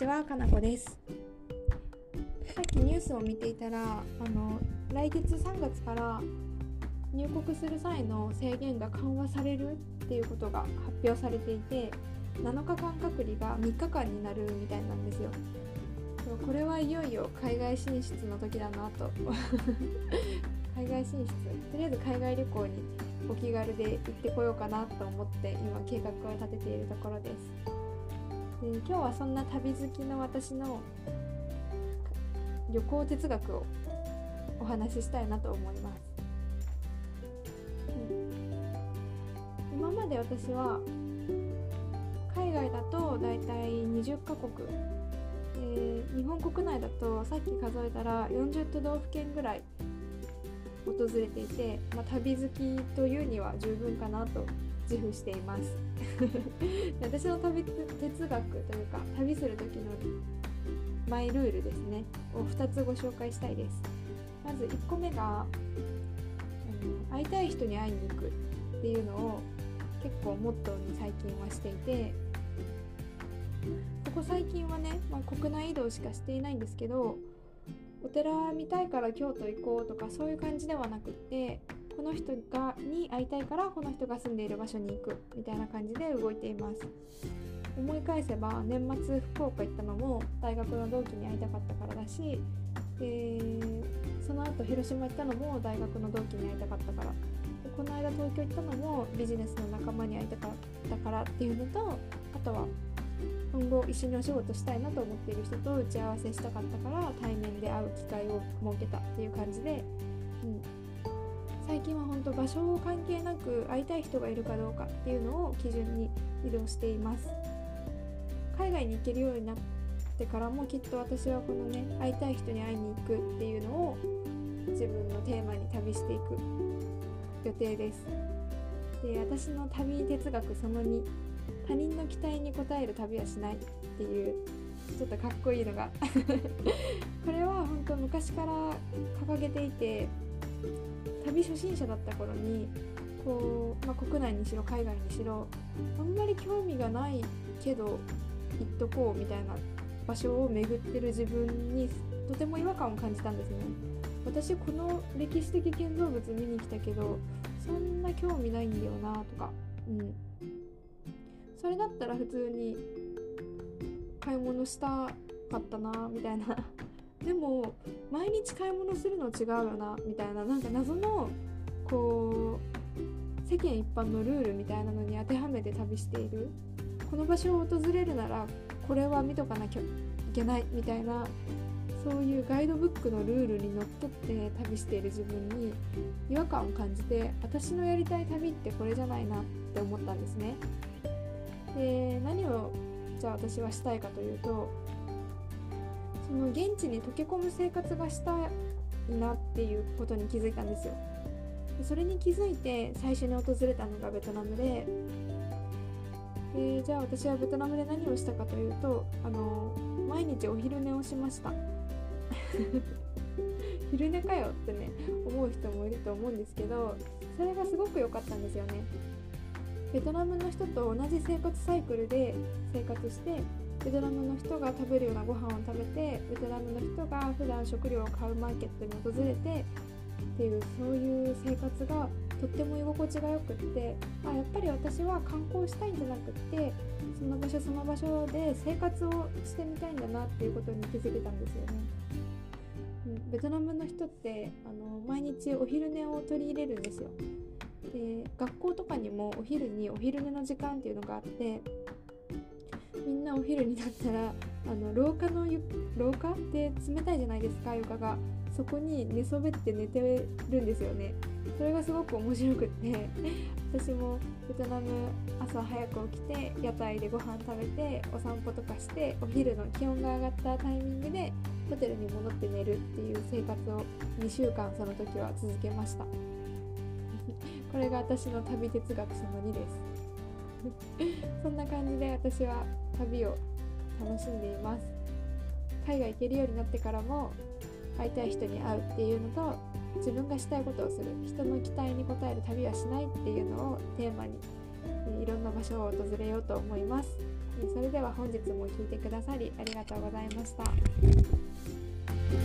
ちは、かなこです。さっきニュースを見ていたら、来月3月から入国する際の制限が緩和されるっていうことが発表されていて、7日間隔離が3日間になるみたいなんですよ。これはいよいよ海外進出の時だなと海外進出、とりあえず海外旅行にお気軽で行ってこようかなと思って今計画を立てているところです。で、今日はそんな旅好きの私の旅行哲学をお話ししたいなと思います。今まで私は海外だとだいたい20カ国、日本国内だとさっき数えたら40都道府県ぐらい訪れていて、旅好きというには十分かなと自負しています私の旅哲学というか、旅する時のマイルールですねを2つご紹介したいです。まず1個目が、会いたい人に会いに行くっていうのを結構モットーに最近はしていて、ここ最近はね、国内移動しかしていないんですけど、お寺見たいから京都行こうとかそういう感じではなくって、この人に会いたいからこの人が住んでいる場所に行くみたいな感じで動いています。思い返せば年末福岡行ったのも大学の同期に会いたかったからだし、その後広島行ったのも大学の同期に会いたかったから、この間東京行ったのもビジネスの仲間に会いたかったからっていうのと、あとは今後一緒にお仕事したいなと思っている人と打ち合わせしたかったから対面で会う機会を設けたっていう感じで、最近は本当場所関係なく会いたい人がいるかどうかっていうのを基準に移動しています。海外に行けるようになってからもきっと私はこのね、会いたい人に会いに行くっていうのを自分のテーマに旅していく予定です。で、私の旅哲学その2、他人の期待に応える旅はしないっていうちょっとかっこいいのがこれは本当昔から掲げていて、旅初心者だった頃に国内にしろ海外にしろあんまり興味がないけど行っとこうみたいな場所を巡ってる自分にとても違和感を感じたんですね。私この歴史的建造物見に来たけどそんな興味ないんだよなとか、それだったら普通に買い物したかったなみたいなでも毎日買い物するの違うよなみたいな、なんか謎の世間一般のルールみたいなのに当てはめて旅している。この場所を訪れるならこれは見とかなきゃいけないみたいな、そういうガイドブックのルールにのっとって旅している自分に違和感を感じて、私のやりたい旅ってこれじゃないなって思ったんですね。で、何をじゃあ私はしたいかというと、その現地に溶け込む生活がしたいなっていうことに気づいたんですよ。それに気づいて最初に訪れたのがベトナムで、じゃあ私はベトナムで何をしたかというと、毎日お昼寝をしました昼寝かよってね思う人もいると思うんですけど、それがすごく良かったんですよね。ベトナムの人と同じ生活サイクルで生活して、ベトナムの人が食べるようなご飯を食べて、ベトナムの人が普段食料を買うマーケットに訪れてっていう、そういう生活がとっても居心地がよくって、やっぱり私は観光したいんじゃなくって、その場所その場所で生活をしてみたいんだなっていうことに気づけたんですよね。ベトナムの人って毎日お昼寝を取り入れるんですよ。で、学校とかにもお昼にお昼寝の時間っていうのがあって、みんなお昼になったら廊下って冷たいじゃないですか、床が。そこに寝そべって寝てるんですよね。それがすごく面白くって私もベトナム朝早く起きて屋台でご飯食べてお散歩とかして、お昼の気温が上がったタイミングでホテルに戻って寝るっていう生活を2週間その時は続けましたこれが私の旅哲学その2ですそんな感じで私は旅を楽しんでいます。海外行けるようになってからも会いたい人に会うっていうのと、自分がしたいことをする、人の期待に応える旅はしないっていうのをテーマにいろんな場所を訪れようと思います。それでは本日も聞いてくださりありがとうございました。